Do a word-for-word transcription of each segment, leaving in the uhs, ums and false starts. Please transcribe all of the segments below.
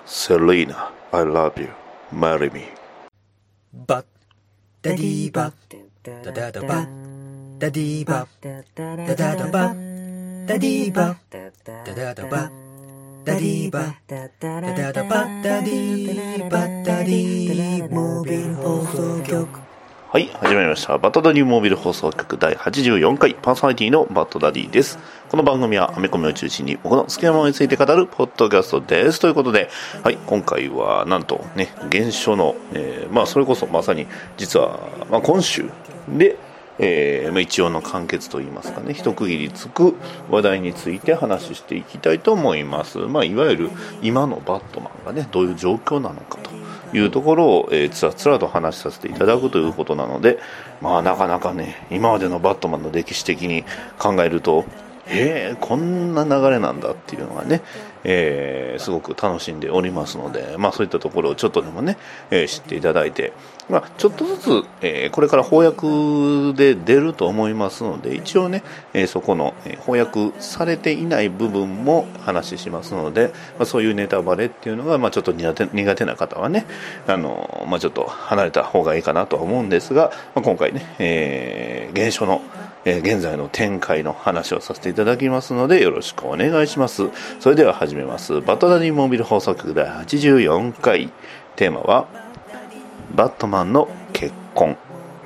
Selena, I love you. Marry me. バッダディーバッダダダバッダディーバッダダダバッダディーバッダダダバッダディーバッダダダバッダディーバッダディーモービル放送局。 はい、始まりました。バッドダディモービル放送局だいはちじゅうよんかい、パーソナリティのバッドダディです。この番組はアメコミを中心に僕の好きなものについて語るポッドキャストです。ということで、はい、今回はなんとね、現象の、えー、まあそれこそまさに実は、まあ、今週で、えーまあ、一応の完結といいますかね、一区切りつく話題について話していきたいと思います。まあいわゆる今のバットマンがね、どういう状況なのかというところを、えー、つらつらと話しさせていただくということなので、まあなかなかね、今までのバットマンの歴史的に考えると、えー、こんな流れなんだっていうのがね、えー、すごく楽しんでおりますので、まあそういったところをちょっとでもね、えー、知っていただいて、まあちょっとずつ、えー、これから翻訳で出ると思いますので、一応ね、えー、そこの、えー、翻訳されていない部分も話しますので、まあ、そういうネタバレっていうのが、まあちょっと苦手、苦手な方はね、あのまあちょっと離れた方がいいかなとは思うんですが、まあ、今回ね、えー、現象のえー、現在の展開の話をさせていただきますのでよろしくお願いします。それでは始めます。バッドダディモービル放送局だいはちじゅうよんかい、テーマはバットマンの結婚。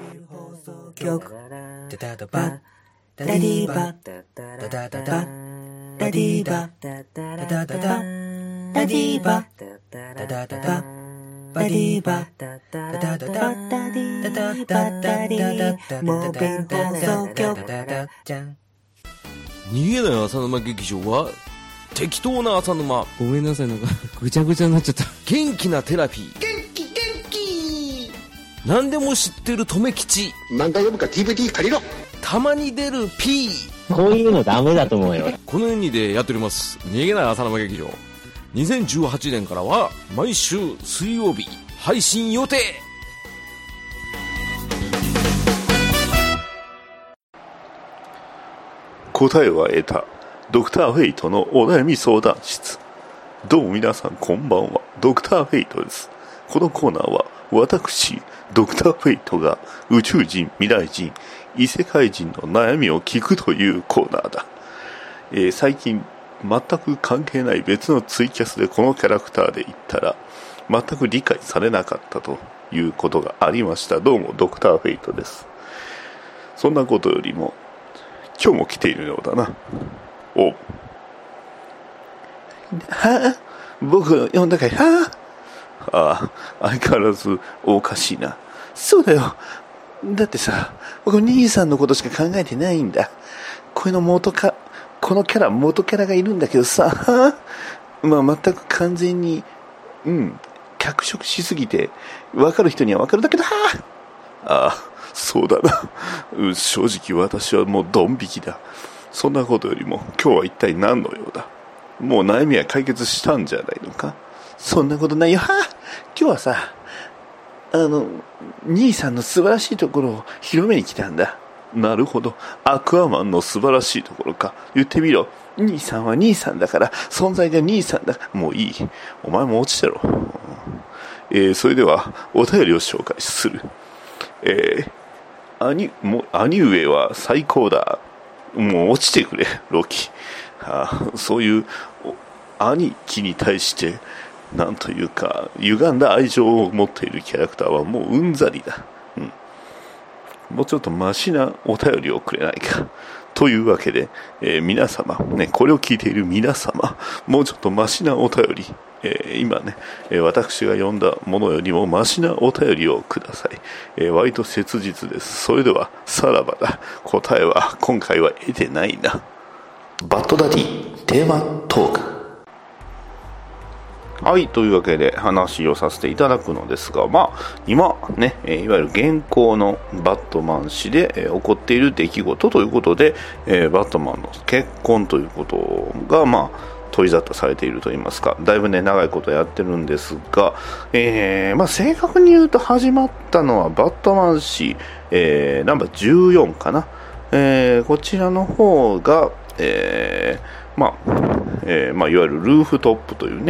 ダダダバダディーバダダダダダディーバダダダダダディーバダダダダバディーバダダダダダディーダダダダディーモービル放送局。 逃げない浅沼劇場は適当な浅沼。 ごめんなさい、なんかぐちゃぐちゃになっちゃった。 元気なテラピー。元気元気。何でも知ってる留吉。 漫画読むか ディーブイディー 借りろ。 たまに出る P。 こういうのダメだと思うよ。 このようにでやっております逃げない浅沼劇場。にせんじゅうはちねんからは毎週水曜日配信予定。 答えは得た。ドクターフェイトのお悩み相談室。どうも皆さんこんばんは。ドクターフェイトです。このコーナーは私ドクターフェイトが宇宙人、未来人、異世界人の悩みを聞くというコーナーだ。えー、最近全く関係ない別のツイキャスでこのキャラクターで言ったら全く理解されなかったということがありました。どうもドクターフェイトです。そんなことよりも今日も来ているようだな。おはあ、僕呼んだかい。はあ、ああ、相変わらずおかしいな。そうだよ。だってさ、僕兄さんのことしか考えてないんだ。これの元かこのキャラ、元キャラがいるんだけどさ、まあ全く完全に、うん、脚色しすぎて、分かる人には分かるだけど、はあ、ああ、そうだな。正直私はもうドン引きだ。そんなことよりも、今日は一体何の用だ。もう悩みは解決したんじゃないのか。そんなことないよ。はあ、今日はさ、あの、兄さんの素晴らしいところを広めに来たんだ。なるほど。アクアマンの素晴らしいところか。言ってみろ。兄さんは兄さんだから、存在で兄さんだから。もういい。お前も落ちてろ。えー、それでは、お便りを紹介する。えー、兄、も、兄上は最高だ。もう落ちてくれ、ロキ。はあ、そういう、兄貴に対して、なんというか、歪んだ愛情を持っているキャラクターはもううんざりだ。もうちょっとマシなお便りをくれないか。というわけで、えー、皆様、ね、これを聞いている皆様、もうちょっとマシなお便り、えー、今ね、えー、私が読んだものよりもマシなお便りをください。えー、割と切実です。それでは、さらばだ。答えは今回は得てないな。バッドダディテーマトーク。はい、というわけで話をさせていただくのですが、まあ、今ね、いわゆる現行のバットマン誌で起こっている出来事ということで、バットマンの結婚ということが、まあ、取り沙汰されているといいますか、だいぶね、長いことやってるんですが、えー、まあ、正確に言うと始まったのはバットマン誌、えー、ナンバーじゅうよんかな。えー、こちらの方が、えー、まあ、えーまあ、いわゆるルーフトップというね、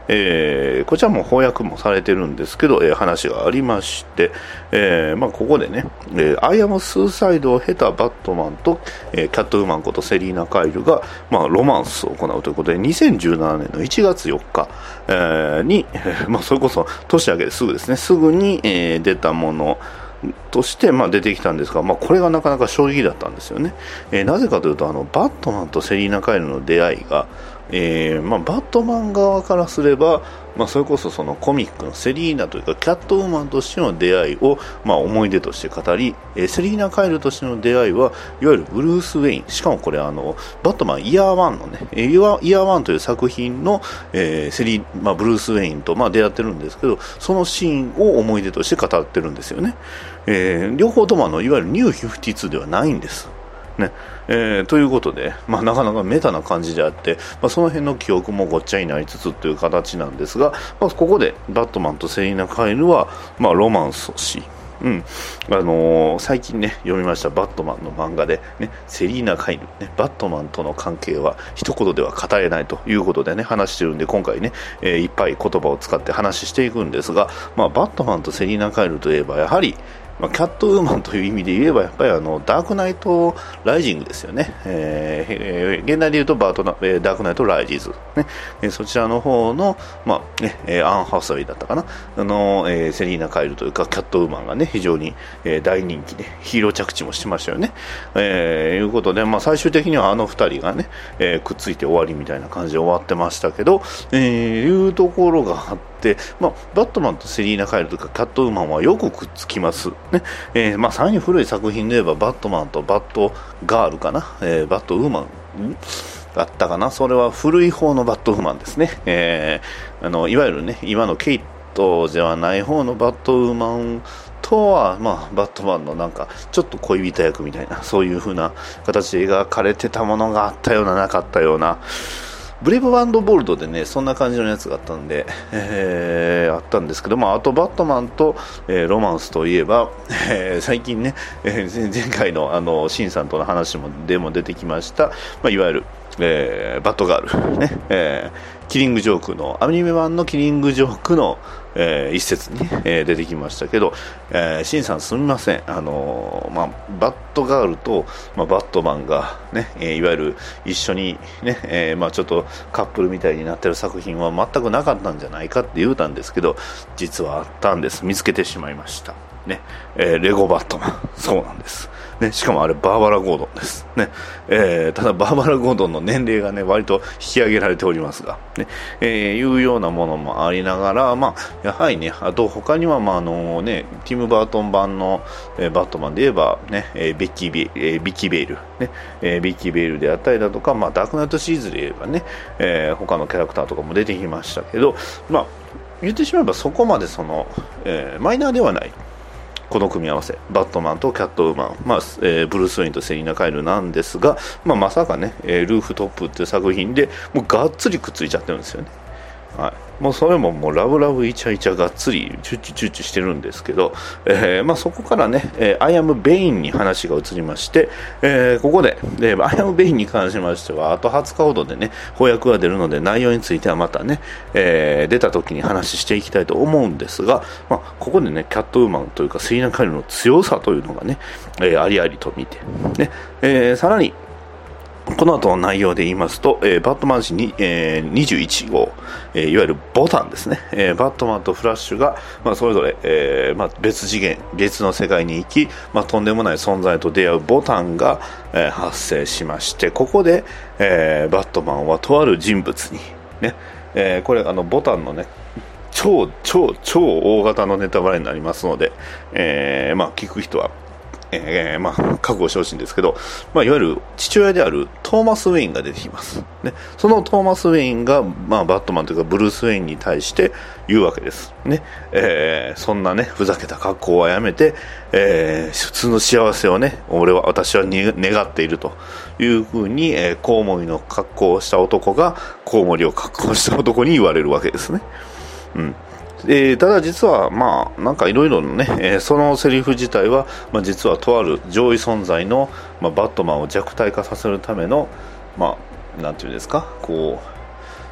えー、こちらも翻訳もされてるんですけど、えー、話がありまして、えーまあ、ここでね、えー、アイアムスーサイドを経たバットマンと、えー、キャットウーマンことセリーナ・カイルが、まあ、ロマンスを行うということで、にせんじゅうななねんのいちがつよっか、えー、に、えーまあ、それこそ年明けですぐですね、すぐに、えー、出たものとして、まあ、出てきたんですが、まあ、これがなかなか衝撃だったんですよね。えー、なぜかというと、あのバットマンとセリーナ・カイルの出会いが、えーまあ、バットマン側からすれば、まあ、それこそそのコミックのセリーナというかキャットウーマンとしての出会いを、まあ、思い出として語り、えー、セリーナ・カイルとしての出会いはいわゆるブルース・ウェイン、しかもこれあのバットマンイヤーワンのね、イヤーワンという作品の、えーセリーまあ、ブルース・ウェインと、まあ、出会ってるんですけど、そのシーンを思い出として語ってるんですよね。えー、両方ともあのいわゆるニューフィフティツーではないんですね。えー、ということで、まあ、なかなかメタな感じであって、まあ、その辺の記憶もごっちゃになりつつという形なんですが、まあ、ここでバットマンとセリーナ・カイルは、まあ、ロマンスをし、うんあのー、最近ね読みましたバットマンの漫画で、ね、セリーナ・カイル、ね、バットマンとの関係は一言では語れないということでね話してるんで、今回ね、えー、いっぱい言葉を使って話していくんですが、まあ、バットマンとセリーナ・カイルといえばやはりまあ、キャットウーマンという意味で言えばやっぱりあのダークナイトライジングですよね。えー、現代で言うとバートナダークナイトライジーズ、ねえー、そちらの方の、まあね、アン・ハサウェイだったかなあの、えー、セリーナ・カイルというかキャットウーマンがね非常に、えー、大人気でヒーロー着地もしてましたよね。えー、いうことで、まあ、最終的にはあのふたりがね、えー、くっついて終わりみたいな感じで終わってましたけど、えー、いうところがあってでまあ、バットマンとセリーナ・カイルとかキャットウーマンはよくくっつきます、ねえーまあ、さらに古い作品で言えばバットマンとバットガールかな、えー、バットウーマンだったかな、それは古い方のバットウーマンですね、えー、あのいわゆるね今のケイトではない方のバットウーマンとは、まあ、バットマンのなんかちょっと恋人役みたいなそういう風な形で描かれてたものがあったようななかったような、ブレイブバンドボールドでねそんな感じのやつがあったんで、えー、あったんですけど、まあ、あとバットマンと、えー、ロマンスといえば、えー、最近ね、えー、前回のあのシンさんとの話もでも出てきました、まあ、いわゆる、えー、バットガール、ねえー、キリングジョークのアニメ版のキリングジョークの、えー、一節に、えー、出てきましたけど、えー、シンさんすみません、あのーまあ、バットガールと、まあ、バットマンが、ねえー、いわゆる一緒に、ねえーまあ、ちょっとカップルみたいになってる作品は全くなかったんじゃないかって言うたんですけど、実はあったんです。見つけてしまいました、ねえー、レゴバットマン、そうなんです、ね、しかもあれバーバラ・ゴードンです、ねえー、ただバーバラ・ゴードンの年齢がね割と引き上げられておりますが、ねえー、いうようなものもありながら、まあ、やはりねあと他には、まああのね、ティム・バートン版の、えー、バットマンで言えば、ねえー、ベッキーベイ、えー、ビッキー・ベイル、ねえー、ビッキー・ベイルであったりだとか、まあ、ダークナイトシリーズで言えばね、えー、他のキャラクターとかも出てきましたけど、まあ、言ってしまえばそこまでその、えー、マイナーではないこの組み合わせ、バットマンとキャットウーマン、まあえー、ブルース・ウェインとセリーナ・カイルなんですが、まあ、まさかね、えー、ルーフトップっていう作品でもうがっつりくっついちゃってるんですよね。はい、もうそれももうラブラブイチャイチャがっつりチュッチュチュッチュしてるんですけど、えーまあ、そこからね、えー、アイアムベインに話が移りまして、えー、ここで、でアイアムベインに関しましてはあとはつかほどでね翻訳が出るので内容についてはまたね、えー、出た時に話していきたいと思うんですが、まあ、ここでねキャットウーマンというかセリーナ・カイルの強さというのがね、えー、ありありと見て、ねえー、さらにこの後の内容で言いますと、えー、バットマン誌に、えー、にじゅういち号、えー、いわゆるボタンですね、えー、バットマンとフラッシュが、まあ、それぞれ、えーまあ、別次元別の世界に行き、まあ、とんでもない存在と出会うボタンが、えー、発生しまして、ここで、えー、バットマンはとある人物に、ねえー、これあのボタンのね超超超大型のネタバレになりますので、えーまあ、聞く人はえーまあ、覚悟してほしいんですけど、まあ、いわゆる父親であるトーマス・ウェインが出てきます、ね、そのトーマス・ウェインが、まあ、バットマンというかブルース・ウェインに対して言うわけです、ねえー、そんなねふざけた格好はやめて、えー、普通の幸せをね俺は私はに願っているというふうに、えー、コウモリの格好をした男がコウモリを格好した男に言われるわけですね。うんえー、ただ実はまあなんかいろいろね、えー、そのセリフ自体は、まあ、実はとある上位存在の、まあ、バットマンを弱体化させるためのまあなんていうんですかこう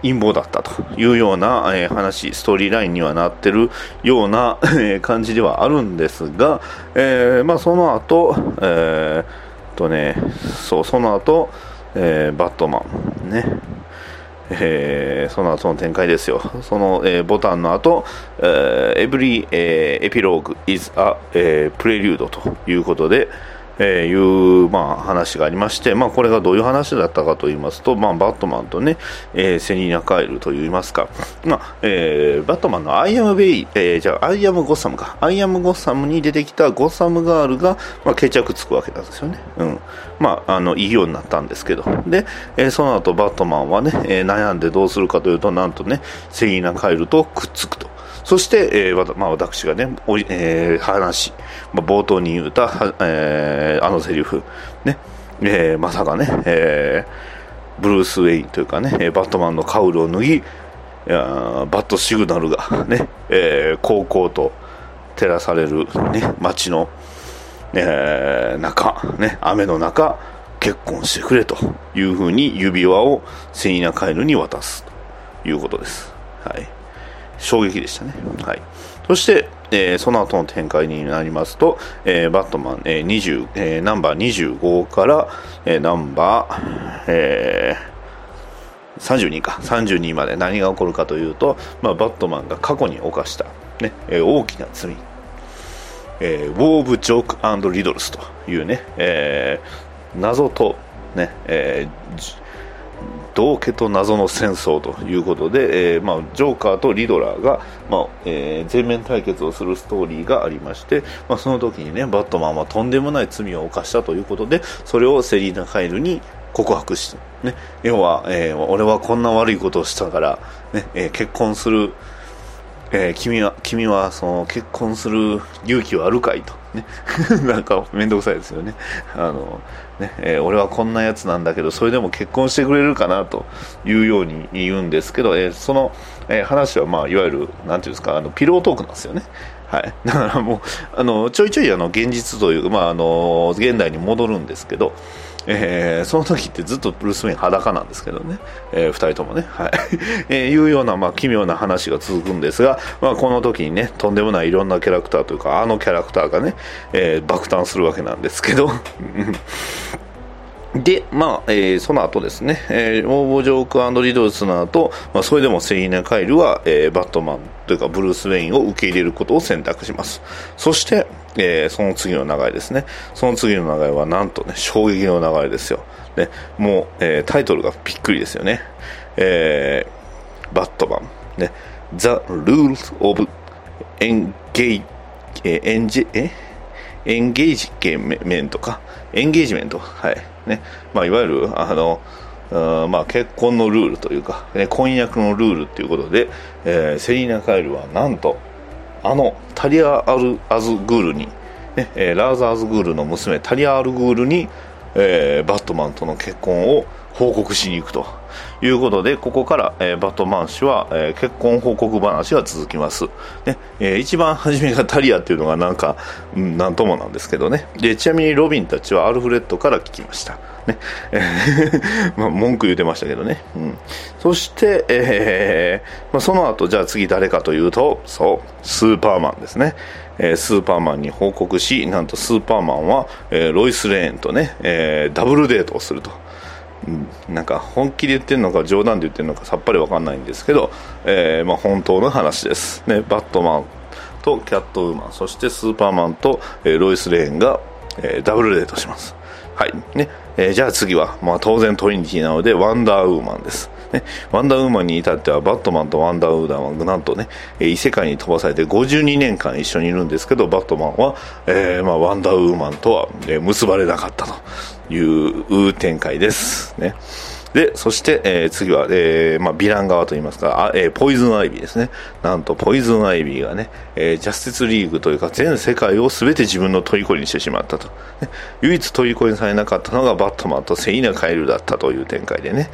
陰謀だったというような、えー、話、ストーリーラインにはなってるような、えー、感じではあるんですが、えーまあ、その後、えー、とね、そうその後、えー、バットマンね、えー、その後の展開ですよ。その、えー、ボタンの後、えー、Every、えー、Epilogue is a、えー、Prelude ということで、えー、いう、まあ、話がありまして、まあ、これがどういう話だったかと言いますと、まあ、バットマンとね、えー、セリーナ・カイルといいますか、まあえー、バットマンのアイアム・ベイ、えー、じゃあアイアム・ゴッサムか、アイアム・ゴッサムに出てきたゴッサムガールが、まあ、決着つくわけなんですよね。うん。まあ、あの、いいようになったんですけど。で、えー、その後バットマンはね、えー、悩んでどうするかというと、なんとね、セリーナ・カイルとくっつくと。そして、えーまあ、私がね、おえー、話、まあ、冒頭に言った、えー、あのセリフ、ねえー、まさかね、えー、ブルース・ウェインというかね、バットマンのカウルを脱ぎ、いやバットシグナルがね、えー、高校と照らされる、ね、街の、えー、中、ね、雨の中、結婚してくれというふうに指輪をセリーナ・カイルに渡すということです。はい。衝撃でしたね。はい。そして、えー、その後の展開になりますと、えー、バットマン、えーにじゅうえー、ナンバーにじゅうごから、えー、ナンバー、えー、さんじゅうにかさんじゅうにまで何が起こるかというと、まあ、バットマンが過去に犯した、ねえー、大きな罪、えー、ウォー・オブ・ジョーク・リドルスというね、えー、謎と、ねえー道家と謎の戦争ということで、えーまあ、ジョーカーとリドラーが、まあえー、全面対決をするストーリーがありまして、まあ、その時にねバットマンはとんでもない罪を犯したということで、それをセリーナ・カイルに告白して、ね、要は、えー、俺はこんな悪いことをしたから、ねえー、結婚する、えー、君は君はその結婚する勇気はあるかいと、ね、なんか面倒くさいですよね。あのねえー、俺はこんなやつなんだけどそれでも結婚してくれるかなというように言うんですけど、えー、その、えー、話は、まあ、いわゆるなんていうんですか、あのピロートークなんですよね。はい、だからもうあのちょいちょいあの現実という、まあ、あの現代に戻るんですけど、えー、その時ってずっとブルース・ウェイン裸なんですけどね、えー、ふたりともね、はいえー、いうような、まあ、奇妙な話が続くんですが、まあ、この時にねとんでもないいろんなキャラクターというかあのキャラクターがね、えー、爆誕するわけなんですけどで、まあえー、その後ですね、えー、オーボジョーク&リドルスの後、まあ、それでもセリーナ・カイルは、えー、バットマンというかブルース・ウェインを受け入れることを選択します。そして、えー、その次の流れですね。その次の流れはなんとね衝撃の流れですよ。ね、もう、えー、タイトルがびっくりですよね。えー、バットマン、ね、The Rules of Engage、えー、エンジえエンゲージメントかエンゲージメント、はいね、まあ、いわゆるあのあまあ結婚のルールというか、ね、婚約のルールということで、えー、セリーナ・カイルはなんとあのタリア・アル・アズグールに、ねえー、ラーザ・アズグールの娘タリア・アルグールに、えー、バットマンとの結婚を報告しに行くということで、ここから、えー、バットマン氏は、えー、結婚報告話が続きます、ねえー、一番初めがタリアっていうのがなんか、うん、なんともなんですけどね。でちなみにロビンたちはアルフレッドから聞きましたね、まあ、文句言ってましたけどね、うん、そして、えーまあ、その後じゃあ次誰かというと、そうスーパーマンですね。えー、スーパーマンに報告し、なんとスーパーマンは、えー、ロイス・レーンとね、えー、ダブルデートをすると、うん、なんか本気で言ってるのか冗談で言ってるのかさっぱり分かんないんですけど、えーまあ、本当の話です、ね、バットマンとキャットウーマン、そしてスーパーマンと、えー、ロイス・レーンが、えー、ダブルデートします。はいねえー、じゃあ次は、まあ、当然トリニティなのでワンダーウーマンです、ね、ワンダーウーマンに至ってはバットマンとワンダーウーマンがなんとね異世界に飛ばされてごじゅうにねんかん一緒にいるんですけど、バットマンは、えーまあ、ワンダーウーマンとは、えー、結ばれなかったという展開ですね。でそして、えー、次は、えーまあ、ヴィラン側といいますか、あ、えー、ポイズンアイビーですね。なんとポイズンアイビーがね、えー、ジャスティスリーグというか全世界を全て自分の虜にしてしまったと、ね、唯一虜にされなかったのがバットマンとセイナ・カイルだったという展開でね、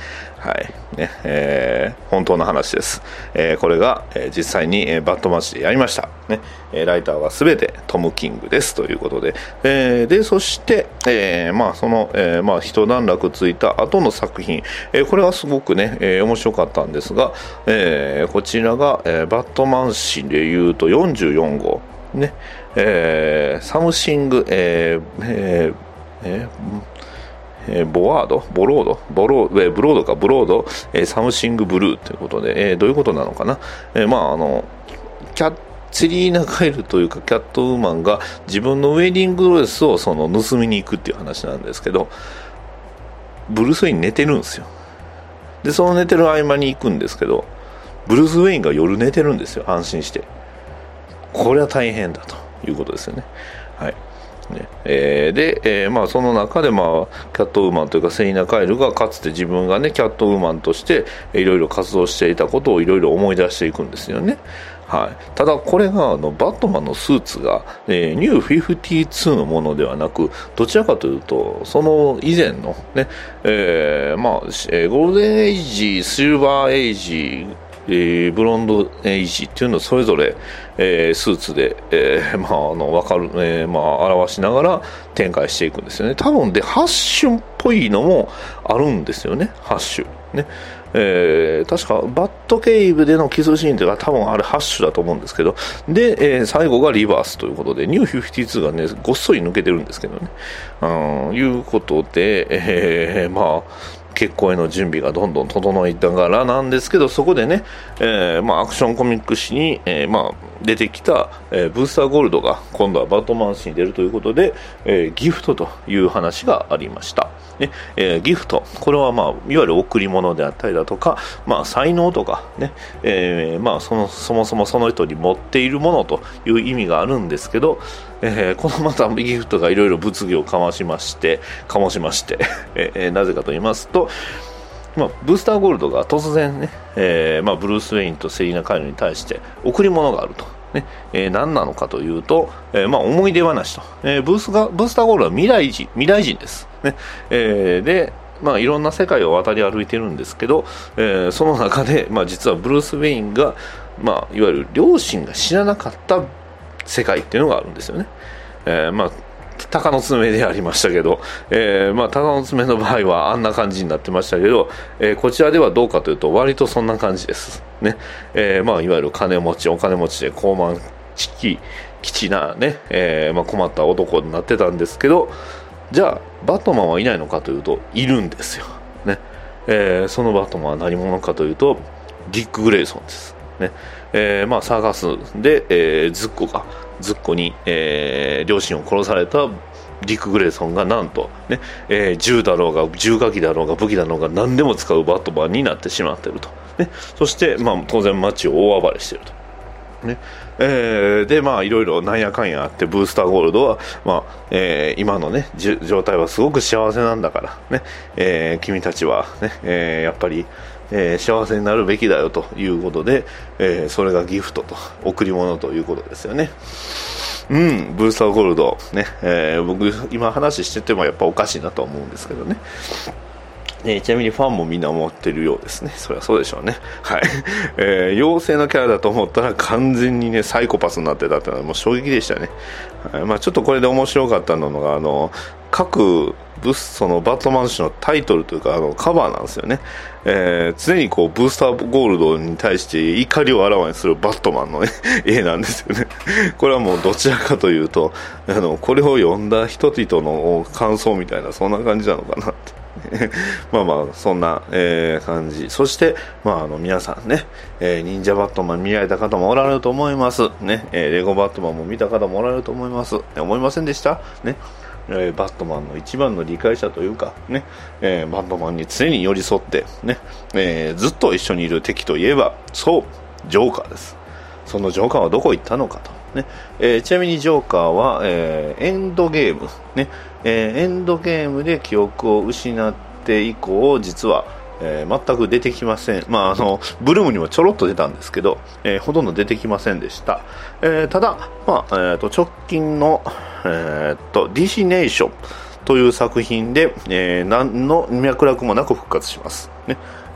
はいねえー、本当の話です、えー、これが、えー、実際に、えー、バットマンチでやりました、ねえー、ライターはすべてトム・キングですということで、えー、でそして、えーまあそのえーまあ、一段落ついた後の作品、えー、これはすごくね、えー、面白かったんですが、えー、こちらが、えー、バットマン誌でいうとよんじゅうよんごうね、えー、サムシング、えーえーえーえー、ボワードボロードボロー、えー、ブロードかブロード、えー、サムシングブルーということで、えー、どういうことなのかな、えー、まああのキャッセリーナ・カイルというかキャットウーマンが自分のウェディングドレスをその盗みに行くっていう話なんですけど、ブルース・ウェイン寝てるんですよ。でその寝てる合間に行くんですけど、ブルース・ウェインが夜寝てるんですよ、安心して。これは大変だということですよね。はいねえー、で、えーまあ、その中で、まあ、キャットウーマンというかセイナ・カイルがかつて自分が、ね、キャットウーマンとしていろいろ活動していたことをいろいろ思い出していくんですよね。はい、ただこれがあのバットマンのスーツが、えー、ニューフィフティーツーのものではなく、どちらかというとその以前の、ねえーまあえー、ゴールデンエイジ、シルバーエイジ、えー、ブロンドエイジっていうのをそれぞれ、えー、スーツで、えーまあ、あの分かる、えーまあ、表しながら展開していくんですよね。多分でハッシュっぽいのもあるんですよね。ハッシュね、えー、確かバットケイブでのキスシーンというのは多分あれハッシュだと思うんですけど、で、えー、最後がリバースということでニューフィフティーツーがねごっそり抜けてるんですけどね、うん、いうことで、えー、まあ結婚への準備がどんどん整いながらなんですけど、そこでね、えーまあ、アクションコミック誌に、えーまあ、出てきた、えー、ブースターゴールドが今度はバットマン誌に出るということで、えー、ギフトという話がありました、ねえー、ギフト、これは、まあ、いわゆる贈り物であったりだとか、まあ、才能とか、ねえーまあ、そのそもそもその人に持っているものという意味があるんですけど、えー、このまたギフトがいろいろ物議をかましましてかもしまして、えー、なぜかと言いますと、まあ、ブースターゴールドが突然ね、えーまあ、ブルース・ウェインとセリーナ・カイルに対して贈り物があると、ねえー、何なのかというと、えーまあ、思い出話と、えー、ブースがブースターゴールドは未来人未来人です、ねえー、でまあ、いろんな世界を渡り歩いてるんですけど、えー、その中で、まあ、実はブルース・ウェインが、まあ、いわゆる両親が知らなかった世界っていうのがあるんですよね。えー、まあ鷹の爪でありましたけど、えーまあ、鷹の爪の場合はあんな感じになってましたけど、えー、こちらではどうかというと割とそんな感じですね。えーまあ、いわゆる金持ちお金持ちで高慢ちき基地なね、えーまあ、困った男になってたんですけど、じゃあバットマンはいないのかというといるんですよ、ねえー、そのバットマンは何者かというとディック・グレイソンですね。えーまあ、サーカスで、えー、ズッコがズッコに、えー、両親を殺されたディック・グレイソンがなんと、ねえー、銃だろうが銃火器だろうが武器だろうが何でも使うバットマンになってしまっていると、ね、そして、まあ、当然街を大暴れしていると、ねえー、でまあいろいろなんやかんやあってブースターゴールドは、まあえー、今のね状態はすごく幸せなんだからね、えー、君たちはね、えー、やっぱりえー、幸せになるべきだよということで、えー、それがギフトと贈り物ということですよね。うん、ブースターゴールド、ねえー、僕今話しててもやっぱおかしいなと思うんですけどね。えー、ちなみにファンもみんな思ってるようですね。それはそうでしょうね。はい。えー、妖精のキャラだと思ったら完全にね、サイコパスになってたっていうのはもう衝撃でしたね。はい、まあちょっとこれで面白かったのが、あの、各ブス、そのバットマン誌のタイトルというか、あの、カバーなんですよね。えー、常にこう、ブースターゴールドに対して怒りをあらわにするバットマンの、ね、絵なんですよね。これはもうどちらかというと、あの、これを読んだ人々の感想みたいな、そんな感じなのかなって。まあまあそんな、えー、感じ。そして、まあ、あの皆さんね、えー、忍者バットマン見られた方もおられると思いますね、えー、レゴバットマンも見た方もおられると思います、ね、思いませんでしたね、えー、バットマンの一番の理解者というかね、えー、バットマンに常に寄り添ってね、えー、ずっと一緒にいる敵といえばそうジョーカーです。そのジョーカーはどこ行ったのかとね、えー、ちなみにジョーカーは、えー、エンドゲーム、ねえー、エンドゲームで記憶を失って以降実は、えー、全く出てきません。まあ、あのブルームにもちょろっと出たんですけど、えー、ほとんど出てきませんでした。えー、ただ、まあえー、と直近の、えー、とディシネーションという作品で、えー、何の脈絡もなく復活します、ね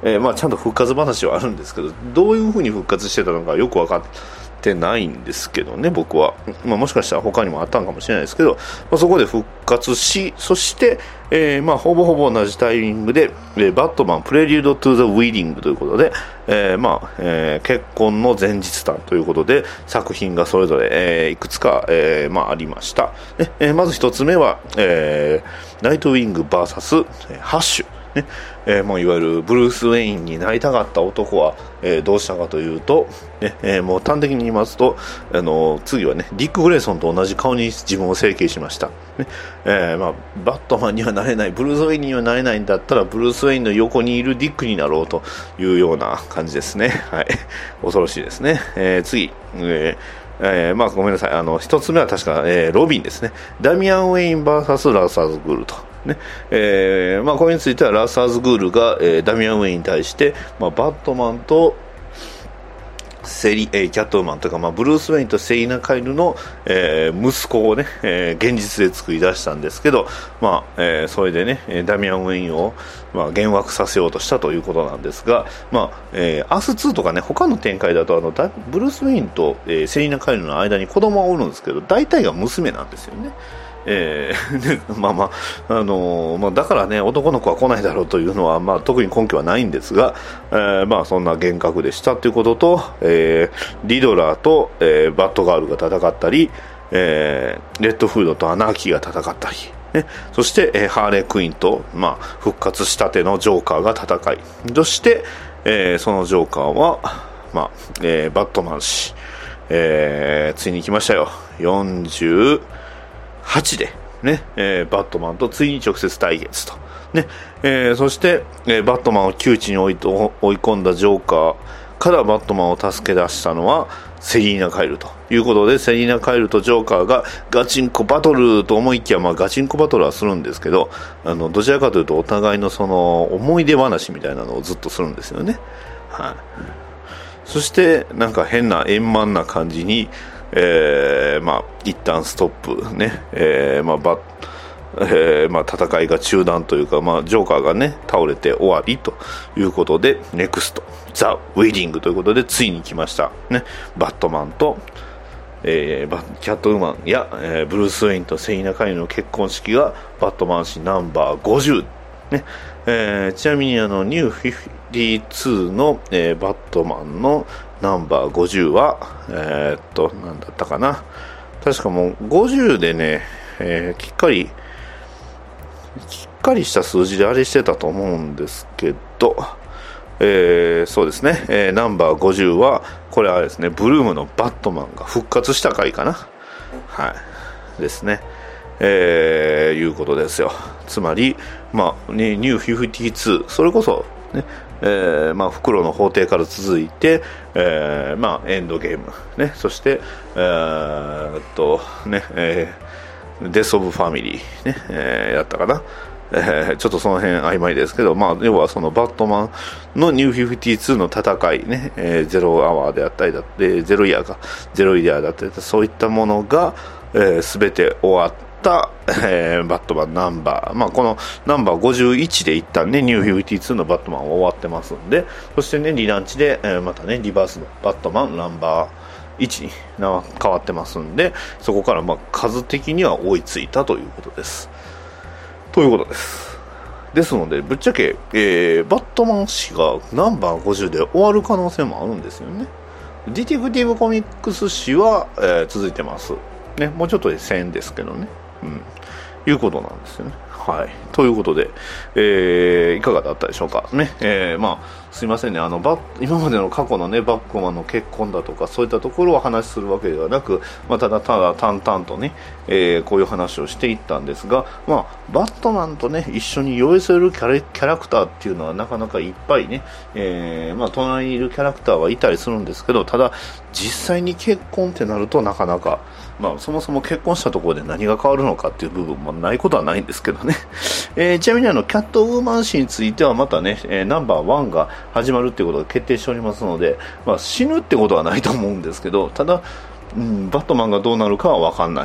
えーまあ、ちゃんと復活話はあるんですけど、どういう風に復活してたのかよく分かってないんですけどね、僕は、まあ、もしかしたら他にもあったのかもしれないですけど、まあ、そこで復活し、そして、えーまあ、ほぼほぼ同じタイミングで、えー、バットマンプレリュードトゥザウィディングということで、えーまあえー、結婚の前日談ということで作品がそれぞれ、えー、いくつか、えーまあ、ありました、ねえー、まず一つ目は、えー、ナイトウィング ブイエス ハッシュねえー、もういわゆるブルース・ウェインになりたかった男は、えー、どうしたかというと、ねえー、もう端的に言いますと、あのー、次はねディック・グレイソンと同じ顔に自分を整形しました、ねえーまあ、バットマンにはなれない、ブルース・ウェインにはなれないんだったらブルース・ウェインの横にいるディックになろうというような感じですね、はい、恐ろしいですね、えー、次、えーえーまあ、ごめんなさい、あの一つ目は確か、えー、ロビンですね、ダミアン・ウェイン ブイエス ラーサーズ・グールとねえーまあ、これについてはラーサーズ・グールが、えー、ダミアン・ウェインに対して、まあ、バットマンとセリ、えー、キャットウーマンというか、まあ、ブルース・ウェインとセリナ・カイルの、えー、息子をね、えー、現実で作り出したんですけど、まあえー、それでねダミアン・ウェインを、まあ、幻惑させようとしたということなんですが、まあえー、アースツーとかね他の展開だとあのだブルース・ウェインと、えー、セリナ・カイルの間に子供はおるんですけど大体が娘なんですよね。えー、まあまあ、あのーまあ、だからね男の子は来ないだろうというのは、まあ、特に根拠はないんですが、えーまあ、そんな幻覚でしたということと、えー、リドラーと、えー、バッドガールが戦ったり、えー、レッドフードとアナーキーが戦ったり、ね、そして、えー、ハーレークイーンと、まあ、復活したてのジョーカーが戦い、そして、えー、そのジョーカーは、まあえー、バットマン氏、えー、ついに来ましたよよんじゅうはちで、ねえー、バットマンとついに直接対決と、ねえー、そして、えー、バットマンを窮地に追いと追い込んだジョーカーからバットマンを助け出したのはセリーナ・カイルということで、セリーナ・カイルとジョーカーがガチンコバトルと思いきや、まあ、ガチンコバトルはするんですけど、あのどちらかというとお互いのその思い出話みたいなのをずっとするんですよね、はい、そしてなんか変な円満な感じにえー、まあ一旦ストップね、えー、まあバッえーまあ、戦いが中断というか、まあ、ジョーカーがね倒れて終わりということでネクストザ・ウェディングということでついに来ました、ね、バットマンと、えー、キャットウーマンや、えー、ブルース・ウェインとセイナ・カイルの結婚式がバットマン誌ナンバーごじゅう、ねえー、ちなみにあのニューフィフティツーの、えー、バットマンのナンバーごじゅうはえー、っと何だったかな、確かもうごじゅうでね、えー、きっかりきっかりした数字であれしてたと思うんですけど、えー、そうですね、えー、ナンバーごじゅうはこれはですねブルームのバットマンが復活した回かな、はいですね、えー、いうことですよ。つまり、まあね、ニューフィフティツーそれこそねえーまあ、袋の法廷から続いて、えーまあ、エンドゲーム、ね、そして、えー、っとねえー、デス・オブ・ファミリー、ねえー、やったかな、えー、ちょっとその辺曖昧ですけど、まあ、要はそのバットマンのニューフィフティツーの戦い、ねえー、ゼロアワーであったりだってゼロイヤーかゼロイヤーだったりそういったものが、えー、全て終わったえー、バットマンナンバー、まあ、このナンバーごじゅういちで一旦ねニューフィフティツーのバットマンは終わってますんで、そしてねリランチで、えー、またねリバースのバットマンナンバーいちに変わってますんで、そこからまあ数的には追いついたということですということですですのでぶっちゃけ、えー、バットマン誌がナンバーごじゅうで終わる可能性もあるんですよね。ディティクティブコミックス誌は、えー、続いてますね、もうちょっとでせんですけどね、うん、いうことなんですよね。はい、ということで、えー、いかがだったでしょうかね、えー、まあすいませんね、あのバ今までの過去のねバックマンの結婚だとかそういったところを話するわけではなく、まあ、ただただ淡々とね、えー、こういう話をしていったんですが、まあバットマンとね一緒に酔いせるキャラ、キャラクターっていうのはなかなかいっぱいね、えー、まあ隣にいるキャラクターはいたりするんですけど、ただ実際に結婚ってなるとなかなかまあ、そもそも結婚したところで何が変わるのかっていう部分もないことはないんですけどね、えー、ちなみにあのキャットウーマン誌についてはまたね、えー、ナンバーワンが始まるっていうことが決定しておりますので、まあ、死ぬってことはないと思うんですけど、ただ、うん、バットマンがどうなるかは分かんないと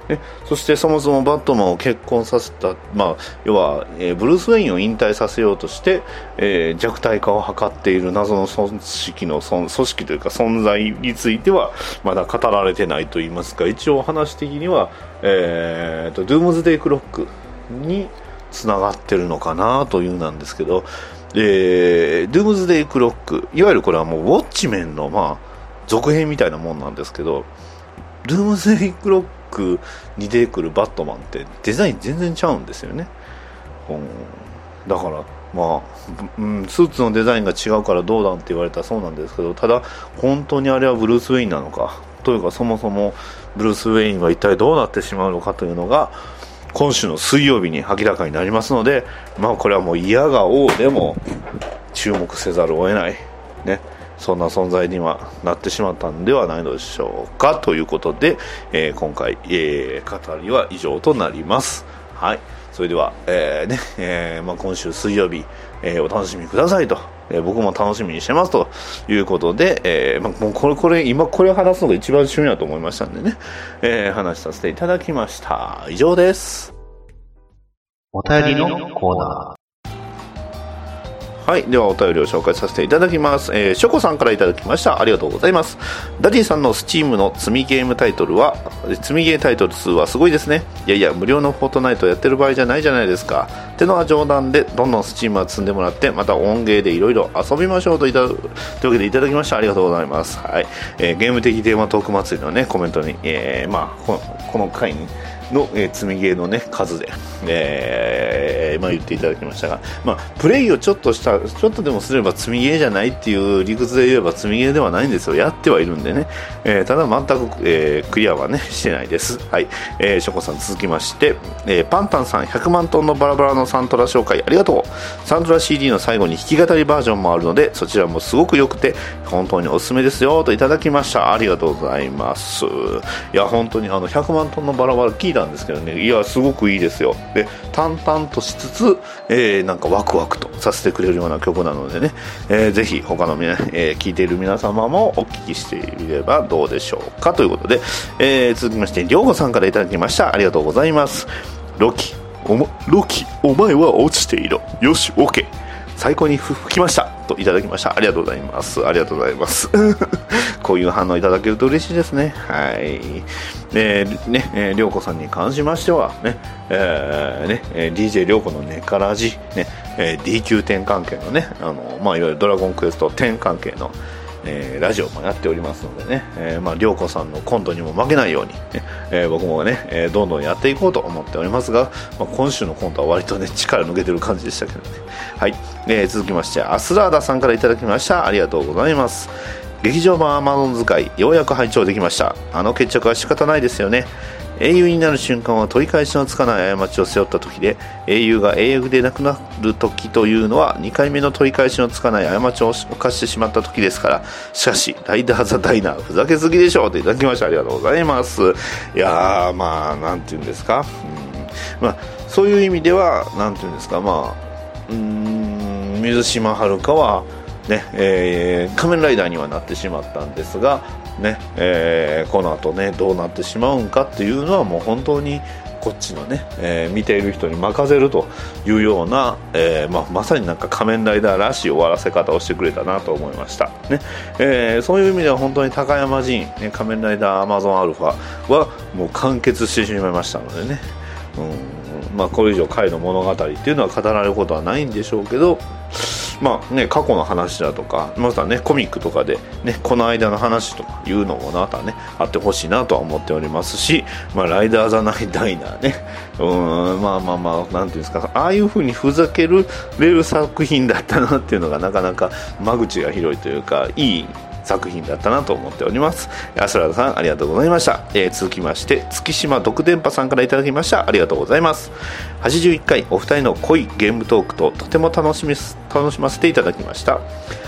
ね、そしてそもそもバットマンを結婚させた、まあ、要は、えー、ブルース・ウェインを引退させようとして、えー、弱体化を図っている謎の組織の組織というか存在についてはまだ語られてないといいますか、一応話的には、えー、とドゥームズデイ・クロックにつながってるのかなというなんですけど、えー、ドゥームズデイ・クロック、いわゆるこれはもうウォッチメンの、まあ、続編みたいなもんなんですけど、ドゥームズデイ・クロックに出てくるバットマンってデザイン全然ちゃうんですよね、うん、だからまあ、うん、スーツのデザインが違うからどうだって言われたらそうなんですけど、ただ本当にあれはブルース・ウェインなのかというか、そもそもブルース・ウェインは一体どうなってしまうのかというのが今週の水曜日に明らかになりますので、まあこれはもう嫌が王でも注目せざるを得ないね、そんな存在にはなってしまったんではないのでしょうかということで、えー、今回、えー、語りは以上となります。はい、それでは、えーねえーまあ、今週水曜日、えー、お楽しみくださいと、えー、僕も楽しみにしてますということで、えーまあ、もうこれこれ今これを話すのが一番旬やと思いましたんでね、えー、話させていただきました。以上です。 お便りのコーナー。 はい、ではお便りを紹介させていただきます。えー、ショコさんからいただきました。ありがとうございます。ダディさんのスチームの積みゲームタイトルは積みゲータイトル数はすごいですね。いやいや無料のフォートナイトやってる場合じゃないじゃないですかってのは冗談で、どんどんスチームは積んでもらってまた音ゲーでいろいろ遊びましょうといたというわけでいただきました。ありがとうございます。はい、えー、ゲーム的テーマトーク祭りのねコメントに、えー、まあこの、この回にの、えー、積みゲーの、ね、数で、えーまあ、言っていただきましたが、まあ、プレイをちょっとしたちょっとでもすれば積みゲーじゃないっていう理屈で言えば積みゲーではないんですよ。やってはいるんでね、えー、ただ全く、えー、クリアは、ね、してないです。はい、えー、ショコさん続きまして、えー、パンタンさんひゃくまんトンのバラバラのサントラ紹介ありがとう。サントラ シーディー の最後に弾き語りバージョンもあるのでそちらもすごく良くて本当におすすめですよといただきました。ありがとうございます。いや本当にあのひゃくまんトンのバラバラ聞いたんですけどね、いやすごくいいですよ。で淡々としつつ、えー、なんかワクワクとさせてくれるような曲なのでね、えー、ぜひ他の、ねえー、聞いている皆様もお聞きしてみればどうでしょうかということで、えー、続きましてりょうごさんからいただきました。ありがとうございます。ロキお、ま、ロキお前は落ちていろよし OK 最高に吹きましたといただきました。ありがとうございます。ありがとうございますこういう反応いただけると嬉しいですね。はい、えー、ね、えー、りょうこさんに関しましてはね、えー、ね、ディージェー りょうこのネカラジね、えー、ディーキューテン 関係のね、あのまあいわゆるドラゴンクエストテン関係のえー、ラジオもやっておりますのでね、えー、まありょうこさんのコントにも負けないように、ねえー、僕もね、えー、どんどんやっていこうと思っておりますが、まあ、今週のコントは割とね力抜けてる感じでしたけどね。はい、えー、続きましてアスラーダさんからいただきました。ありがとうございます。劇場版アマゾン使いようやく拝聴できました。あの決着は仕方ないですよね。英雄になる瞬間は取り返しのつかない過ちを背負った時で、英雄が英雄でなくなる時というのはにかいめの取り返しのつかない過ちを犯してしまった時ですから。しかしライダーザダイナーふざけすぎでしょうといただきました。ありがとうございます。いやーまあなんていうんですか、うん、まあそういう意味ではなんていうんですか、まあうーん水島遥はね、えー、仮面ライダーにはなってしまったんですがね、えー、この後ねどうなってしまうんかっていうのはもう本当にこっちのね、えー、見ている人に任せるというような、えーまあ、まさになんか仮面ライダーらしい終わらせ方をしてくれたなと思いました、ねえー、そういう意味では本当に高山陣、ね、仮面ライダーアマゾンアルファはもう完結してしまいましたのでね、うんまあ、これ以上回の物語っていうのは語られることはないんでしょうけど、まあね、過去の話だとかまたねコミックとかで、ね、この間の話とかいうのもまたねあってほしいなとは思っておりますし、まあ、ライダーザナイダイナーね、うーんまあまあまあなんていうんですか、ああいう風にふざけるれる作品だったなっていうのがなかなか間口が広いというかいい作品だったなと思っております。アスラダさんありがとうございました。えー、続きまして月島独電波さんからいただきました。ありがとうございます。はちじゅういっかいお二人の濃いゲームトークととても楽しみ楽しませていただきました。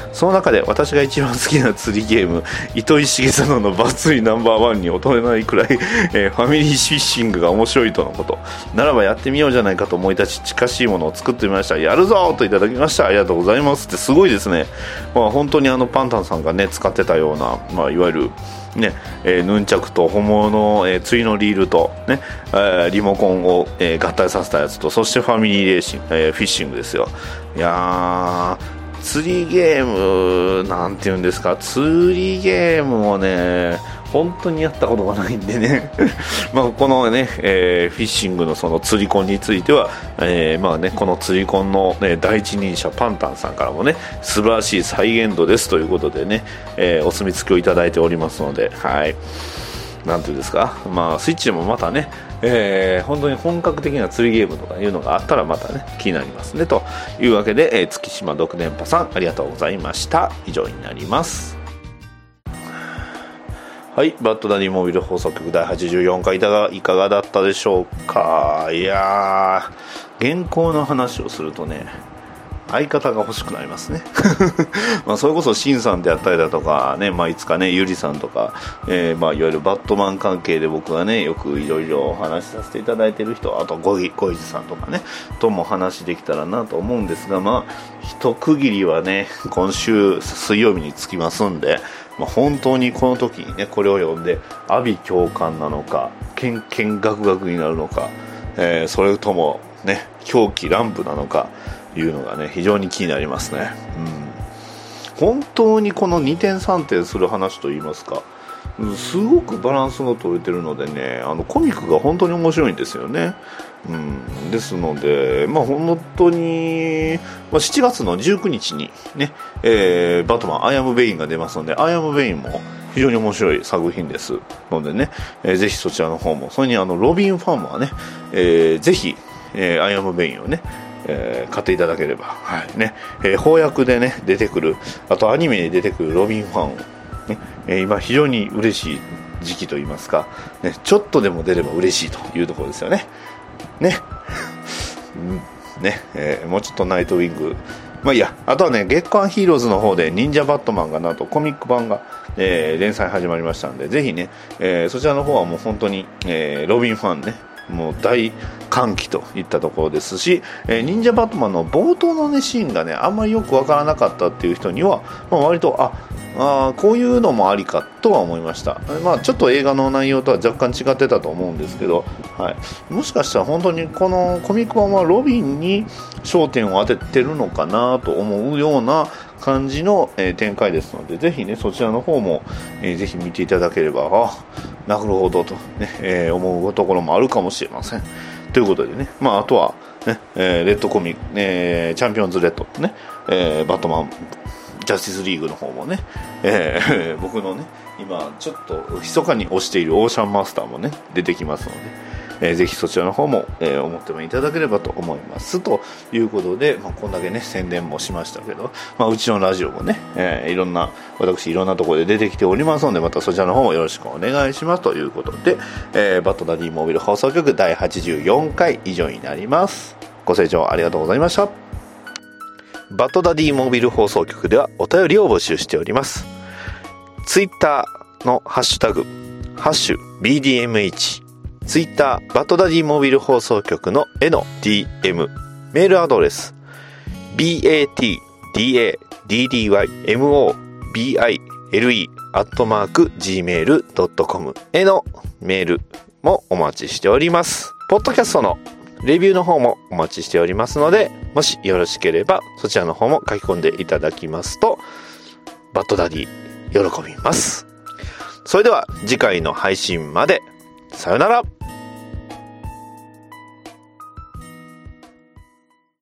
その中で私が一番好きな釣りゲーム、糸井重里のバツイナンバーワンに劣れないくらい、えー、ファミリーフィッシングが面白いとのこと。ならばやってみようじゃないかと思い立ち、近しいものを作ってみました。やるぞといただきました。ありがとうございますって、すごいですね。まあ、本当にあのパンタンさんがね使ってたような、まあ、いわゆるね、えー、ヌンチャクと本物の、えー、釣りのリールと、ねえー、リモコンを、えー、合体させたやつと、そしてファミリーレーシング、えー、フィッシングですよ。いやー、釣りゲームなんていうんですか、釣りゲームをね本当にやったことがないんでねまあこのね、えー、フィッシングのその釣りコンについては、えー、まあねこの釣りコンの、ね、第一人者パンタンさんからもね素晴らしい再現度ですということでね、えー、お墨付きをいただいておりますので、はい、なんていうんですか、まあスイッチでもまたね、えー、本当に本格的な釣りゲームとかいうのがあったらまたね気になりますね。というわけで、えー、月島独電波さんありがとうございました。以上になります。はい、バッドダディモビル放送局だいはちじゅうよんかいいかがいかがだったでしょうか。いやー、原稿の話をするとね相方が欲しくなりますねまあそれこそシンさんであったりだとかね、まあ、いつかねゆりさんとか、えーまあ、いわゆるバットマン関係で僕がねよくいろいろお話しさせていただいている人、あとゴイゴイジさんとかねとも話できたらなと思うんですが、まあ一区切りはね今週水曜日につきますんで、まあ、本当にこの時にねこれを読んで阿鼻教官なのかケンケンガクガクになるのか、えー、それともね狂気乱舞なのかいうのがね非常に気になりますね。うん、本当にこのにてんさんてんする話といいますか、すごくバランスが取れてるのでね、あのコミックが本当に面白いんですよね。うん、ですので、まあ、本当に、まあ、しちがつのじゅうくにちにね、えー、バットマンアイアムベインが出ますので、アイアムベインも非常に面白い作品ですのでね、えー、ぜひそちらの方も、それにあのロビンファンはね、えー、ぜひ、えー、アイアムベインをねえー、買っていただければ、はいねえー、翻訳で、ね、出てくる、あとアニメに出てくるロビンファンを、ねえー、今非常に嬉しい時期といいますか、ね、ちょっとでも出れば嬉しいというところですよね。ねね、えー、もうちょっとナイトウィング、まあいいや、あとはね月刊ヒーローズの方で忍者バットマンがなんとコミック版が、えー、連載始まりましたので、ぜひね、えー、そちらの方はもう本当に、えー、ロビンファンねもう大歓喜といったところですし、えー、忍者バットマンの冒頭の、ね、シーンがねあんまりよくわからなかったっていう人には、まあ、割とああこういうのもありかとは思いました。まあ、ちょっと映画の内容とは若干違ってたと思うんですけど、はい、もしかしたら本当にこのコミック版はロビンに焦点を当ててるのかなと思うような感じの、えー、展開ですので、ぜひねそちらの方も、えー、ぜひ見ていただければ、あなるほどと、ねえー、思うところもあるかもしれませんということでね、まあ、あとは、ねえー、レッドコミック、えー、チャンピオンズレッドね、えー、バットマンジャスティスリーグの方もね、えー、僕のね今ちょっと密かに推しているオーシャンマスターもね出てきますので、えー、ぜひそちらの方も、えー、思ってもいただければと思いますということで、まあ、こんだけね宣伝もしましたけど、まあ、うちのラジオもね、えー、いろんな私いろんなところで出てきておりますので、またそちらの方もよろしくお願いしますということで、えー、バッドダディモビル放送局だいはちじゅうよんかい以上になります。ご清聴ありがとうございました。バッドダディモビル放送局ではお便りを募集しております。ツイッターのハッシュタグハッシュ ビーディーエムエイチ、 ツイッターバッドダディモビル放送局のへの ディーエム、 メールアドレス バッドダディモビル アットマーク ジーメール ドットコム へのメールもお待ちしております。ポッドキャストのレビューの方もお待ちしておりますので、もしよろしければそちらの方も書き込んでいただきますとバッドダディ喜びます。それでは次回の配信まで、さよなら。